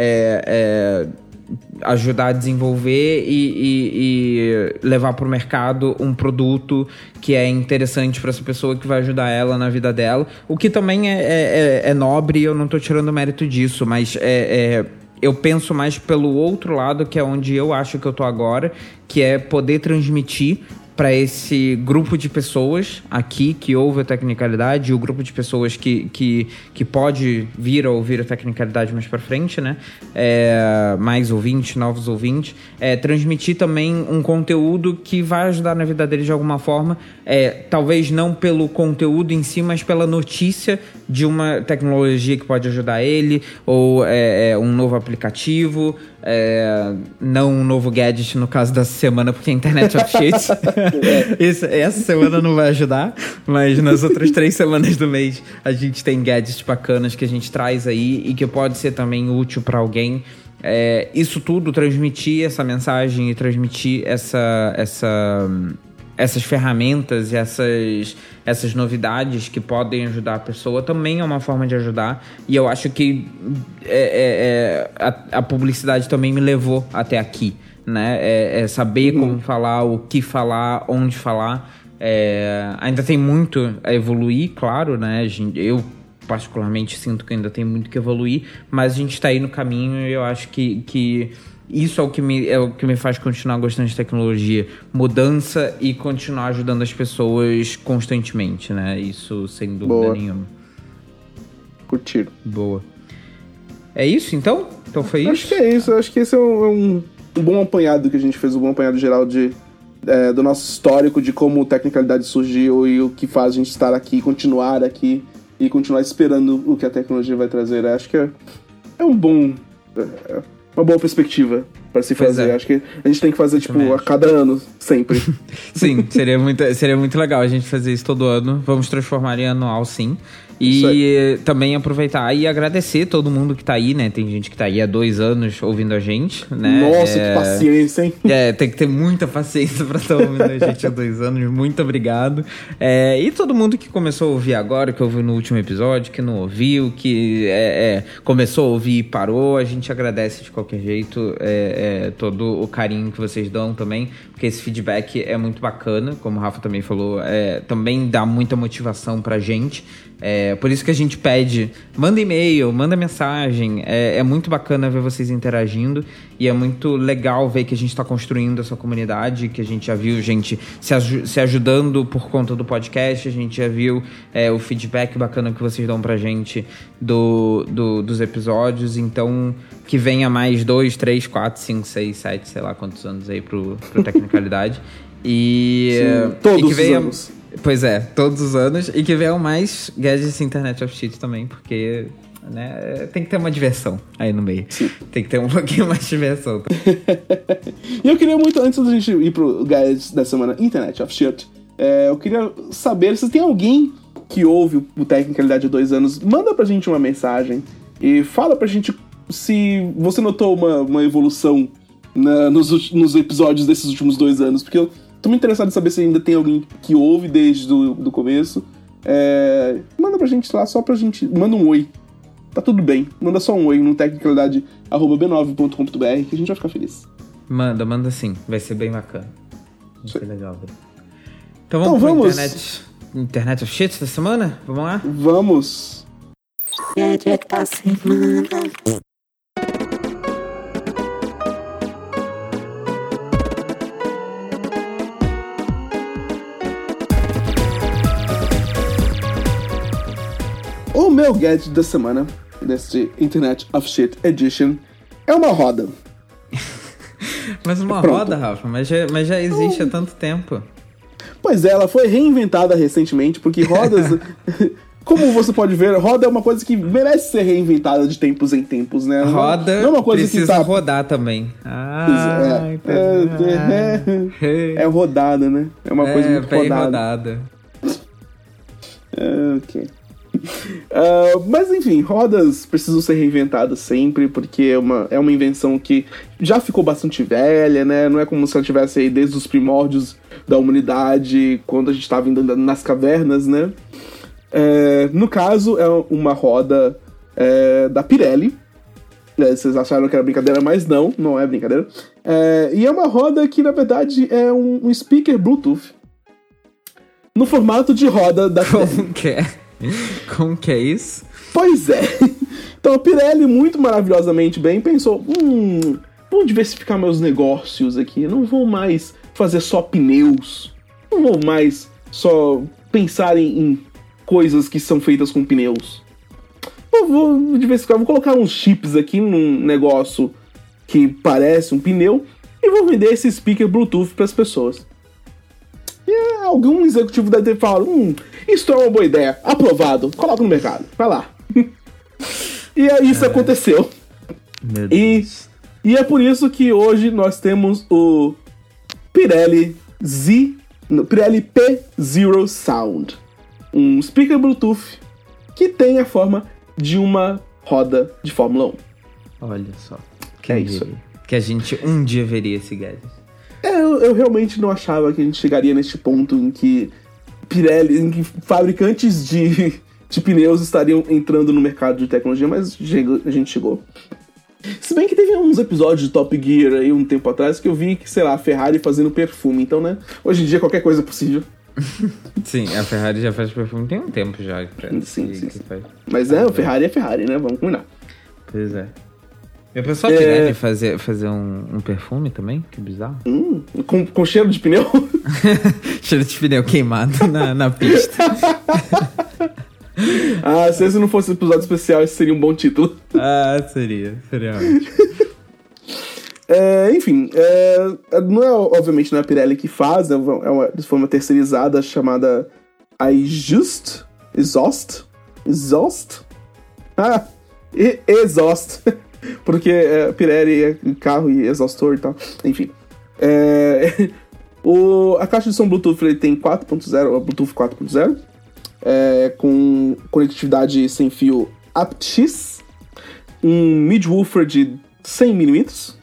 [SPEAKER 2] ajudar a desenvolver e levar para o mercado um produto que é interessante para essa pessoa, que vai ajudar ela na vida dela, o que também é nobre, eu não estou tirando mérito disso, mas eu penso mais pelo outro lado, que é onde eu acho que eu tô agora, que é poder transmitir para esse grupo de pessoas aqui que ouve a Tecnicalidade, e o grupo de pessoas que pode vir a ouvir a Tecnicalidade mais para frente, né? Mais ouvintes, novos ouvintes, transmitir também um conteúdo que vai ajudar na vida deles de alguma forma, talvez não pelo conteúdo em si, mas pela notícia de uma tecnologia que pode ajudar ele, ou um novo aplicativo, não um novo gadget no caso dessa semana, porque a Internet of Shit essa semana não vai ajudar, mas nas outras 3 semanas do mês a gente tem gadgets bacanas que a gente traz aí e que pode ser também útil para alguém. Isso tudo, transmitir essa mensagem e transmitir essas ferramentas e essas novidades que podem ajudar a pessoa também é uma forma de ajudar, e eu acho que a publicidade também me levou até aqui, né? Saber como falar, o que falar, onde falar. Ainda tem muito a evoluir, claro, né? Eu particularmente sinto que ainda tem muito que evoluir, mas a gente está aí no caminho e eu acho que isso é o que me faz continuar gostando de tecnologia, mudança e continuar ajudando as pessoas constantemente, né? Isso sem dúvida nenhuma.
[SPEAKER 3] Curtido.
[SPEAKER 2] Boa. É isso então? Então foi isso?
[SPEAKER 3] Acho que é isso. Acho que esse é um bom apanhado que a gente fez, um bom apanhado geral do nosso histórico, de como a Tecnicalidade surgiu e o que faz a gente estar aqui, continuar aqui e continuar esperando o que a tecnologia vai trazer. Acho que é um bom... uma boa perspectiva pra se fazer. Acho que a gente tem que fazer, tipo, a cada ano, sempre.
[SPEAKER 2] Sim, seria muito legal a gente fazer isso todo ano. Vamos transformar em anual, sim. E também aproveitar e agradecer todo mundo que tá aí, né? Tem gente que tá aí há 2 anos ouvindo a gente, né?
[SPEAKER 3] Nossa, que paciência, hein?
[SPEAKER 2] Tem que ter muita paciência pra estar ouvindo a gente há 2 anos. Muito obrigado. E todo mundo que começou a ouvir agora, que ouviu no último episódio, que não ouviu, que começou a ouvir e parou, a gente agradece de qualquer jeito todo o carinho que vocês dão também, porque esse feedback é muito bacana, como o Rafa também falou, também dá muita motivação pra gente. Por isso que a gente pede, manda e-mail, manda mensagem, é muito bacana ver vocês interagindo e é muito legal ver que a gente está construindo essa comunidade, que a gente já viu gente se ajudando por conta do podcast, a gente já viu o feedback bacana que vocês dão pra gente dos episódios, então que venha mais 2, 3, 4, 5, 6, 7, sei lá quantos anos aí pro Tecnicalidade.
[SPEAKER 3] Sim, todos os anos.
[SPEAKER 2] Pois é, todos os anos. E que venham mais Gadgets Internet of Shit também, porque tem que ter uma diversão aí no meio.
[SPEAKER 3] Sim.
[SPEAKER 2] Tem que ter um pouquinho mais de diversão.
[SPEAKER 3] E eu queria muito, antes da gente ir pro Gadgets da semana Internet of Shit, eu queria saber se tem alguém que ouve o Tecnicalidade há 2 anos, manda pra gente uma mensagem e fala pra gente se você notou uma evolução nos episódios desses últimos 2 anos, porque eu tô muito interessado em saber se ainda tem alguém que ouve desde do começo. Manda pra gente lá, só pra gente... Manda um oi. Tá tudo bem. Manda só um oi no tecnicalidade@b9.com.br que a gente vai ficar feliz.
[SPEAKER 2] Manda sim. Vai ser bem bacana. Vai ser legal, velho. Então
[SPEAKER 3] vamos
[SPEAKER 2] Internet of Shit da semana? Vamos lá?
[SPEAKER 3] Vamos.
[SPEAKER 4] Gadget da semana.
[SPEAKER 3] O meu gadget da semana, deste Internet of Shit Edition, é uma roda.
[SPEAKER 2] Mas uma roda, Rafa? Mas já existe há tanto tempo.
[SPEAKER 3] Pois é, ela foi reinventada recentemente, porque rodas... Como você pode ver, roda é uma coisa que merece ser reinventada de tempos em tempos, né?
[SPEAKER 2] Roda
[SPEAKER 3] não é uma coisa
[SPEAKER 2] precisa
[SPEAKER 3] que
[SPEAKER 2] rodar também.
[SPEAKER 3] É rodada, né? É uma coisa muito rodada. Ok. Mas enfim, rodas precisam ser reinventadas sempre, porque é uma invenção que já ficou bastante velha, né? Não é como se ela tivesse aí desde os primórdios da humanidade, quando a gente estava andando nas cavernas, né? No caso, é uma roda da Pirelli. Vocês acharam que era brincadeira, mas não é brincadeira. E é uma roda que, na verdade, é um speaker Bluetooth no formato de roda da Pirelli.
[SPEAKER 2] Como que é isso?
[SPEAKER 3] Pois é. Então a Pirelli, muito maravilhosamente bem, pensou: vou diversificar meus negócios aqui. Não vou mais fazer só pneus. Não vou mais só pensar em coisas que são feitas com pneus. Vou diversificar, vou colocar uns chips aqui num negócio que parece um pneu e vou vender esse speaker Bluetooth para as pessoas. E algum executivo deve ter falado: isso é uma boa ideia, aprovado, coloca no mercado, vai lá. E aí isso aconteceu.
[SPEAKER 2] Meu Deus.
[SPEAKER 3] E é por isso que hoje nós temos o Pirelli P0 Sound, um speaker Bluetooth que tem a forma de uma roda de Fórmula 1.
[SPEAKER 2] Olha só.
[SPEAKER 3] Isso.
[SPEAKER 2] Que a gente um dia veria esse gadget.
[SPEAKER 3] Eu realmente não achava que a gente chegaria neste ponto em que fabricantes de pneus estariam entrando no mercado de tecnologia, mas a gente chegou. Se bem que teve uns episódios de Top Gear aí um tempo atrás que eu vi que, sei lá, a Ferrari fazendo perfume. Então, né, hoje em dia qualquer coisa é possível.
[SPEAKER 2] Sim, a Ferrari já faz perfume tem um tempo já.
[SPEAKER 3] Sim. Mas o Ferrari é Ferrari, né? Vamos combinar.
[SPEAKER 2] Pois é. E o pessoal Pirelli fazer um perfume também? Que bizarro.
[SPEAKER 3] Com cheiro de pneu?
[SPEAKER 2] Cheiro de pneu queimado na pista.
[SPEAKER 3] Se esse não fosse um episódio especial, esse seria um bom título.
[SPEAKER 2] Seria ótimo.
[SPEAKER 3] Enfim, não é, obviamente, não é a Pirelli que faz, foi uma terceirizada chamada Exhaust. Porque Pirelli é carro e exaustor e tal. Enfim. A caixa de som Bluetooth ele tem 4.0, Bluetooth 4.0. Com conectividade sem fio aptX. Um mid-woofer de 100mm.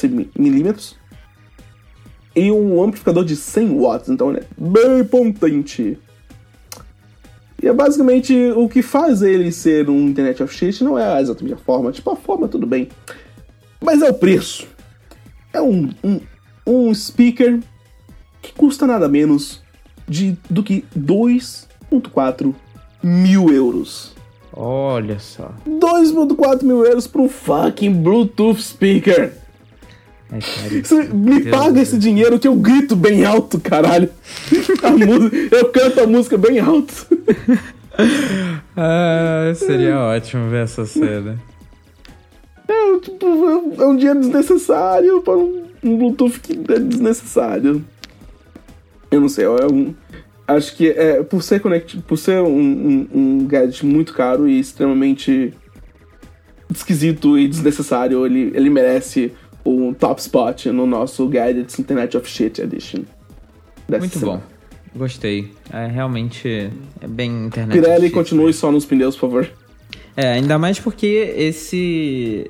[SPEAKER 3] E um amplificador de 100 watts. Então ele é bem potente. E é basicamente o que faz ele ser um Internet of Shit. Não é exatamente a forma. Tipo, a forma tudo bem. Mas é o preço. É um speaker que custa nada menos do que 2.4 mil euros.
[SPEAKER 2] Olha só.
[SPEAKER 3] 2.4 mil euros para um fucking Bluetooth speaker. Você me paga esse dinheiro que eu grito bem alto, caralho. Eu canto a música bem alto.
[SPEAKER 2] Seria ótimo ver essa cena.
[SPEAKER 3] É um dinheiro desnecessário para um Bluetooth que é desnecessário. Eu não sei, acho que por ser um gadget muito caro e extremamente esquisito e desnecessário, ele merece um top spot no nosso Gadgets Internet of Shit Edition.
[SPEAKER 2] Muito bom. Gostei. Realmente é bem internet.
[SPEAKER 3] Pirelli, continue só nos pneus, por favor.
[SPEAKER 2] Ainda mais porque esse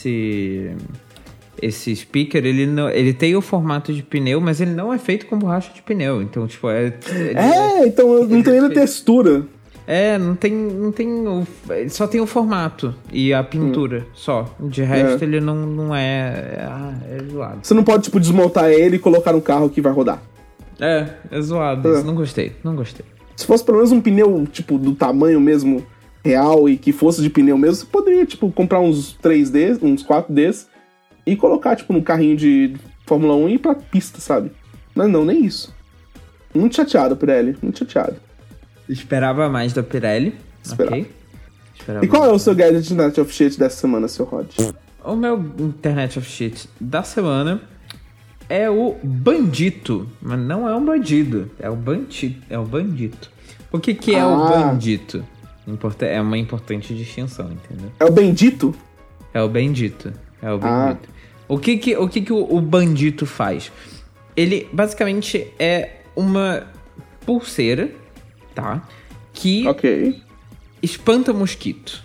[SPEAKER 2] speaker, ele tem o formato de pneu, mas ele não é feito com borracha de pneu. Então, tipo,
[SPEAKER 3] então não tem ainda textura.
[SPEAKER 2] Não tem só tem o formato e a pintura, só. De resto, ele não é zoado.
[SPEAKER 3] Você não pode, tipo, desmontar ele e colocar no carro que vai rodar.
[SPEAKER 2] É zoado. Isso. Não gostei.
[SPEAKER 3] Se fosse pelo menos um pneu, tipo, do tamanho mesmo real e que fosse de pneu mesmo, você poderia, tipo, comprar uns 3Ds, uns 4Ds e colocar, tipo, no carrinho de Fórmula 1 e ir pra pista, sabe? Mas não, nem isso. Muito chateado, Pirelli. Muito chateado.
[SPEAKER 2] Esperava mais da Pirelli. Ok.
[SPEAKER 3] E qual é o seu Gadget Internet of Shit dessa semana, seu Rod?
[SPEAKER 2] O meu Internet of Shit da semana é o Bandito. Mas não é um bandido. É o Bandito. O que é o Bandito? É uma importante distinção, entendeu?
[SPEAKER 3] É o Bendito?
[SPEAKER 2] É o Bendito. O que o Bandito faz? Ele basicamente é uma pulseira, tá? Que espanta mosquito.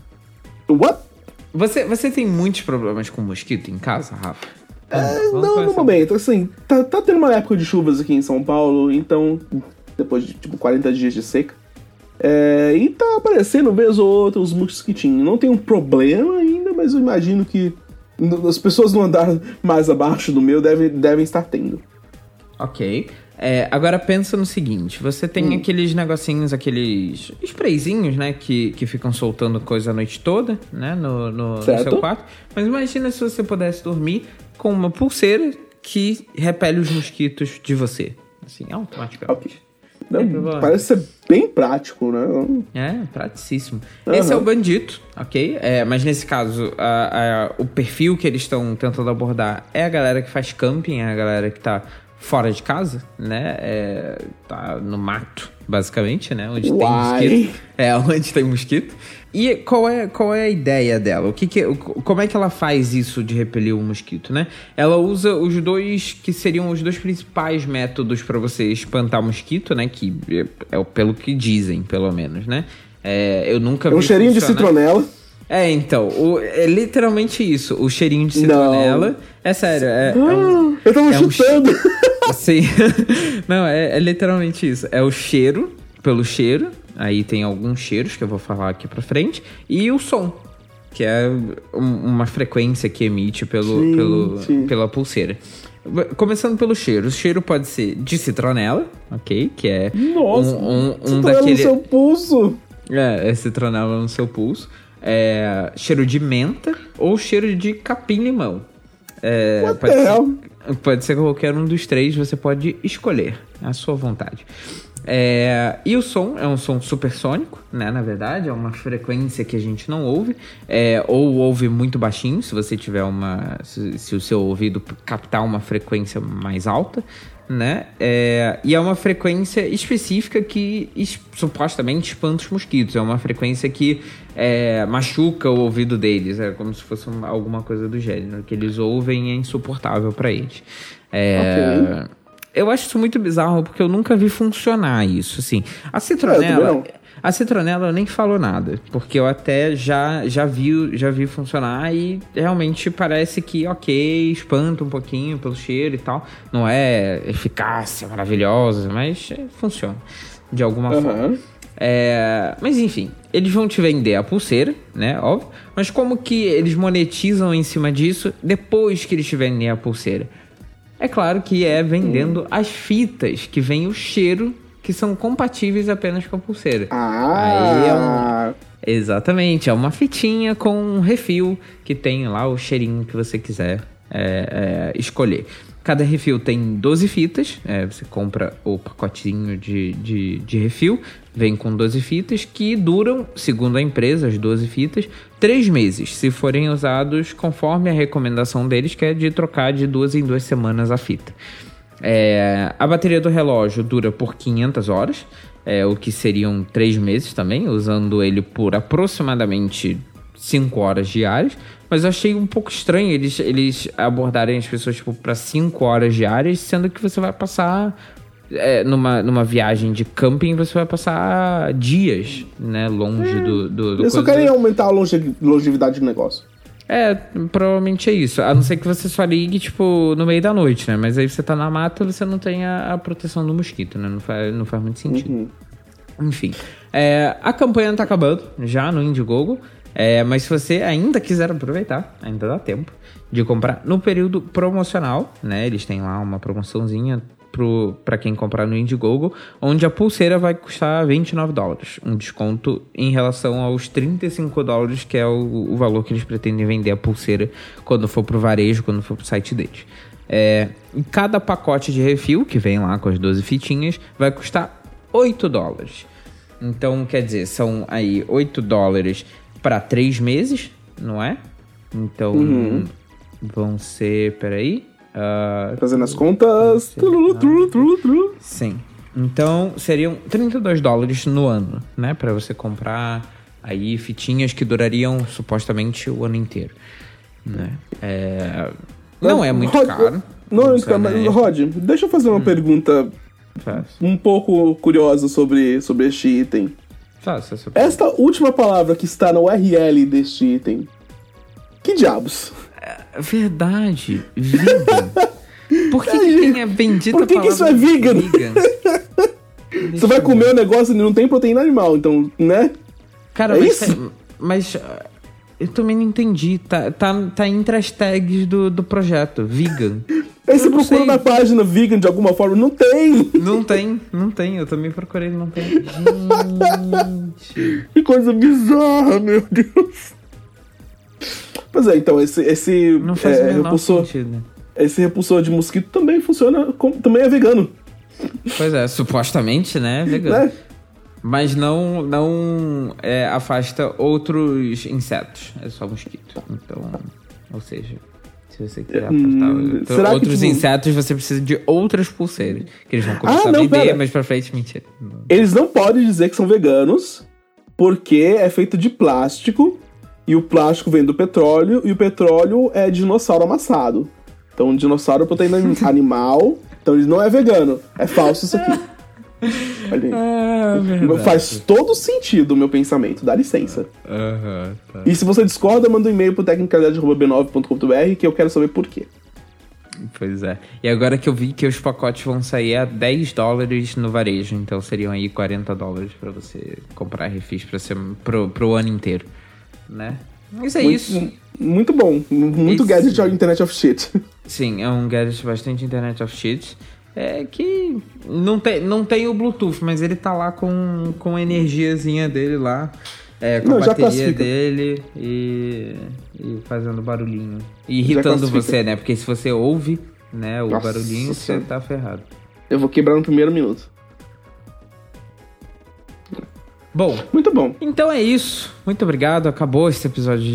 [SPEAKER 3] What?
[SPEAKER 2] Você tem muitos problemas com mosquito em casa, Rafa?
[SPEAKER 3] Não, no momento. Assim, tá tendo uma época de chuvas aqui em São Paulo, então, depois de, tipo, 40 dias de seca. E tá aparecendo, vez ou outra, os mosquitinhos. Não tem um problema ainda, mas eu imagino que as pessoas no andar mais abaixo do meu devem estar tendo. Ok.
[SPEAKER 2] Agora pensa no seguinte, você tem aqueles negocinhos, aqueles sprayzinhos, né, que ficam soltando coisa a noite toda, né, no seu quarto. Mas imagina se você pudesse dormir com uma pulseira que repele os mosquitos de você, assim, automaticamente.
[SPEAKER 3] Okay. Parece ser bem prático, né?
[SPEAKER 2] Praticíssimo. Esse é o Bandito, ok? Mas nesse caso, o perfil que eles estão tentando abordar é a galera que faz camping, é a galera que tá fora de casa, né? Tá no mato, basicamente, né? Onde tem mosquito. Onde tem mosquito. E qual é a ideia dela? Como é que ela faz isso de repelir o mosquito, né? Ela usa os dois que seriam os dois principais métodos para você espantar mosquito, né? Que é pelo que dizem, pelo menos, né? Eu nunca vi.
[SPEAKER 3] É um cheirinho de citronela.
[SPEAKER 2] Então, é literalmente isso. O cheirinho de citronela. Não. É sério.
[SPEAKER 3] Eu tava chutando.
[SPEAKER 2] Sim. Não, é literalmente isso. É o cheiro, pelo cheiro. Aí tem alguns cheiros que eu vou falar aqui pra frente. E o som, que é uma frequência que emite pela pulseira. Começando pelo cheiro. O cheiro pode ser de citronela, ok? Que é um daquele...
[SPEAKER 3] no seu pulso.
[SPEAKER 2] É citronela no seu pulso. Cheiro de menta ou cheiro de capim-limão. Pode ser qualquer um dos três, você pode escolher, à sua vontade. E o som é um som supersônico, né? Na verdade, é uma frequência que a gente não ouve, ou ouve muito baixinho, se você tiver se o seu ouvido captar uma frequência mais alta, né? E é uma frequência específica que supostamente espanta os mosquitos. É uma frequência que machuca o ouvido deles. É como se fosse alguma coisa do gênero. Que eles ouvem é insuportável para eles.
[SPEAKER 3] Ok.
[SPEAKER 2] Eu acho isso muito bizarro, porque eu nunca vi funcionar isso, assim. A citronela eu nem falo nada, porque eu até já vi funcionar e realmente parece que, ok, espanta um pouquinho pelo cheiro e tal. Não é eficácia maravilhosa, mas funciona de alguma forma. Mas enfim, eles vão te vender a pulseira, né, óbvio. Mas como que eles monetizam em cima disso depois que eles te vendem a pulseira? É claro que vendendo as fitas que vem o cheiro, que são compatíveis apenas com a pulseira. Exatamente, é uma fitinha com um refil que tem lá o cheirinho que você quiser escolher. Cada refil tem 12 fitas, você compra o pacotinho de refil, vem com 12 fitas que duram, segundo a empresa, as 12 fitas, 3 meses, se forem usados conforme a recomendação deles, que é de trocar de 2 em 2 semanas a fita. A bateria do relógio dura por 500 horas, o que seriam 3 meses também, usando ele por aproximadamente 5 horas diárias. Mas eu achei um pouco estranho eles abordarem as pessoas para 5 horas diárias, sendo que você vai passar numa viagem de camping, você vai passar dias, né, longe do
[SPEAKER 3] Eles só querem aumentar a longevidade do negócio.
[SPEAKER 2] Provavelmente é isso. A não ser que você só ligue, no meio da noite, né? Mas aí você tá na mata, você não tem a proteção do mosquito, né? Não faz muito sentido. Enfim. A campanha tá acabando já no Indiegogo. Mas se você ainda quiser aproveitar, ainda dá tempo de comprar no período promocional, né? Eles têm lá uma promoçãozinha para quem comprar no Indiegogo, onde a pulseira vai custar $29, um desconto em relação aos $35, que é o valor que eles pretendem vender a pulseira quando for pro varejo, quando for pro site deles. E cada pacote de refil, que vem lá com as 12 fitinhas, vai custar $8. Então, quer dizer, são aí $8 para 3 meses, não é? Então, vão ser... Peraí...
[SPEAKER 3] Fazendo as contas...
[SPEAKER 2] Sim. Então, seriam $32 no ano, né? Para você comprar aí fitinhas que durariam supostamente o ano inteiro, né? Não é muito caro.
[SPEAKER 3] Não é muito caro, mas, Rod, deixa eu fazer uma pergunta um pouco curiosa sobre este item.
[SPEAKER 2] Faça essa
[SPEAKER 3] pergunta. Esta última palavra que está na URL deste item, que diabos?
[SPEAKER 2] Verdade, vegan. Por que tem a bendita palavra?
[SPEAKER 3] Por que isso é vegan? Você vai comer o negócio e não tem proteína animal, então, né?
[SPEAKER 2] Cara, mas eu também não entendi. Tá entre as tags do projeto, vegan.
[SPEAKER 3] Aí você procura na página vegan de alguma forma, não tem.
[SPEAKER 2] Não tem. Eu também procurei, não tem. Gente.
[SPEAKER 3] Que coisa bizarra, meu Deus. Pois então, esse
[SPEAKER 2] não faz o menor sentido.
[SPEAKER 3] Esse repulsor de mosquito também funciona, também é vegano.
[SPEAKER 2] Pois é, supostamente, né, vegano. Mas não afasta outros insetos, é só mosquito. Então, ou seja, se você quiser afastar outros insetos, você precisa de outras pulseiras. Que eles vão começar a vender, mas pra frente, mentira.
[SPEAKER 3] Eles não podem dizer que são veganos, porque é feito de plástico, e o plástico vem do petróleo, e o petróleo é dinossauro amassado. Então, dinossauro é proteína animal, então ele não é vegano. É falso isso aqui. Olha aí. Faz todo sentido o meu pensamento, dá licença.
[SPEAKER 2] Tá.
[SPEAKER 3] E se você discorda, manda um e-mail pro tecnicalidade@b9.com.br que eu quero saber por quê.
[SPEAKER 2] Pois é. E agora que eu vi que os pacotes vão sair a $10 no varejo, então seriam aí $40 pra você comprar refis pro ano inteiro, né? Mas isso.
[SPEAKER 3] Muito bom. Muito gadget ao Internet of Shit.
[SPEAKER 2] Sim, é um gadget bastante Internet of Shit. Que não tem o Bluetooth, mas ele tá lá com a energiazinha dele lá. Com a bateria dele e fazendo barulhinho. E irritando você, né? Porque se você ouve, né, o barulhinho, você tá ferrado.
[SPEAKER 3] Eu vou quebrar no primeiro minuto.
[SPEAKER 2] Bom,
[SPEAKER 3] Muito bom.
[SPEAKER 2] então é isso. Muito obrigado. Acabou esse episódio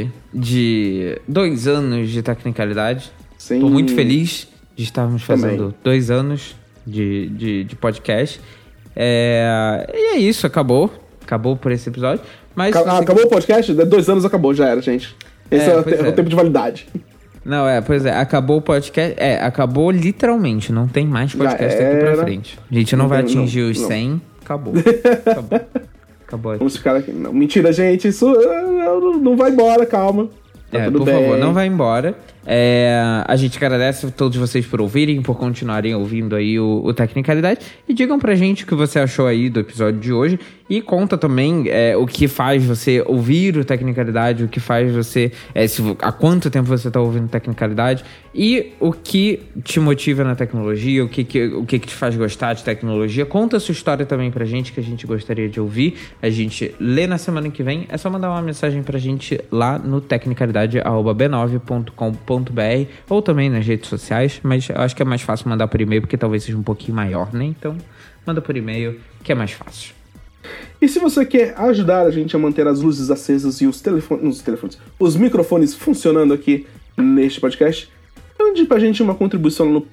[SPEAKER 2] de 2 anos de Tecnicalidade.
[SPEAKER 3] Sim.
[SPEAKER 2] Tô muito feliz de estarmos fazendo
[SPEAKER 3] Também.
[SPEAKER 2] 2 anos de podcast. E é isso, acabou. Acabou por esse episódio. Mas
[SPEAKER 3] Acabou o podcast? 2 anos acabou, já era, gente. Esse é
[SPEAKER 2] pois
[SPEAKER 3] o tempo de validade.
[SPEAKER 2] Não, pois é, acabou o podcast. Acabou literalmente, não tem mais podcast
[SPEAKER 3] Já
[SPEAKER 2] daqui pra
[SPEAKER 3] era.
[SPEAKER 2] frente. A gente não
[SPEAKER 3] Não
[SPEAKER 2] vai
[SPEAKER 3] tem,
[SPEAKER 2] atingir
[SPEAKER 3] não,
[SPEAKER 2] os
[SPEAKER 3] não.
[SPEAKER 2] 100, acabou. Acabou aqui.
[SPEAKER 3] Vamos ficar aqui. Não, mentira, gente. Isso não vai embora, calma. Tá tudo
[SPEAKER 2] por
[SPEAKER 3] bem.
[SPEAKER 2] favor, não vai embora. A gente agradece a todos vocês por ouvirem, por continuarem ouvindo aí o Tecnicalidade. E digam pra gente o que você achou aí do episódio de hoje. E conta também o que faz você ouvir o Tecnicalidade, o que faz você... há quanto tempo você tá ouvindo Tecnicalidade. E o que te motiva na tecnologia, o que te faz gostar de tecnologia. Conta a sua história também pra gente, que a gente gostaria de ouvir. A gente lê na semana que vem. É só mandar uma mensagem pra gente lá no tecnicalidade@b9.com.br ou também nas redes sociais, mas eu acho que é mais fácil mandar por e-mail, porque talvez seja um pouquinho maior, né? Então, manda por e-mail, que é mais fácil.
[SPEAKER 3] E se você quer ajudar a gente a manter as luzes acesas e os microfones funcionando aqui neste podcast, mande pra gente uma contribuição no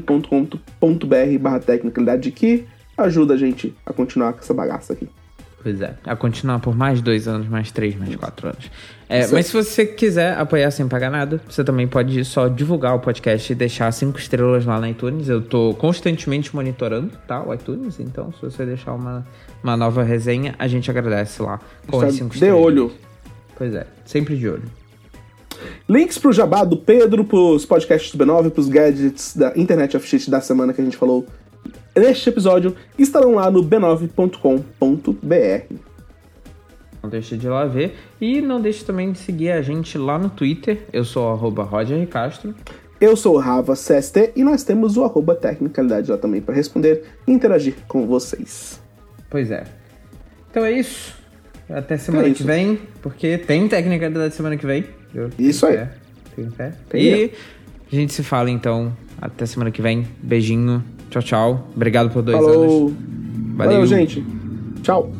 [SPEAKER 3] padrim.com.br/tecnicalidade, que ajuda a gente a continuar com essa bagaça aqui.
[SPEAKER 2] Pois é, a continuar por mais 2 anos, mais 3, mais 4 anos. Mas se você quiser apoiar sem pagar nada, você também pode só divulgar o podcast e deixar 5 estrelas lá na iTunes. Eu tô constantemente monitorando, tá, o iTunes, então se você deixar uma nova resenha, a gente agradece lá com as 5 estrelas.
[SPEAKER 3] De olho.
[SPEAKER 2] Pois é, sempre de olho.
[SPEAKER 3] Links pro jabá do Pedro, pros podcasts do B9, pros gadgets da Internet of Shit da semana que a gente falou neste episódio, estarão lá no b9.com.br.
[SPEAKER 2] Não deixe de ir lá ver. E não deixe também de seguir a gente lá no Twitter. Eu sou @RogerCastro.
[SPEAKER 3] Eu sou o Rava CST e nós temos o @Tecnicalidade lá também para responder e interagir com vocês.
[SPEAKER 2] Pois é. Então é isso. Até semana que vem, porque tem Tecnicalidade semana que vem.
[SPEAKER 3] Isso aí.
[SPEAKER 2] Tenho fé.
[SPEAKER 3] Tem
[SPEAKER 2] E
[SPEAKER 3] mesmo.
[SPEAKER 2] a gente se fala então. Até semana que vem. Beijinho. Tchau, tchau. Obrigado por 2
[SPEAKER 3] Falou.
[SPEAKER 2] anos.
[SPEAKER 3] Valeu, gente. Tchau.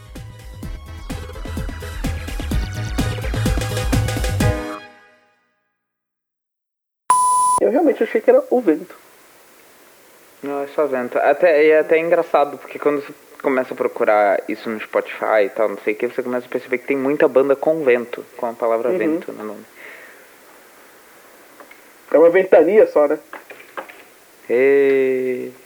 [SPEAKER 3] Eu realmente achei que era o vento.
[SPEAKER 2] Não, é só vento. É até engraçado, porque quando você começa a procurar isso no Spotify e tal, não sei o que, você começa a perceber que tem muita banda com vento, com a palavra vento no nome.
[SPEAKER 3] É uma ventania só, né?
[SPEAKER 2] E...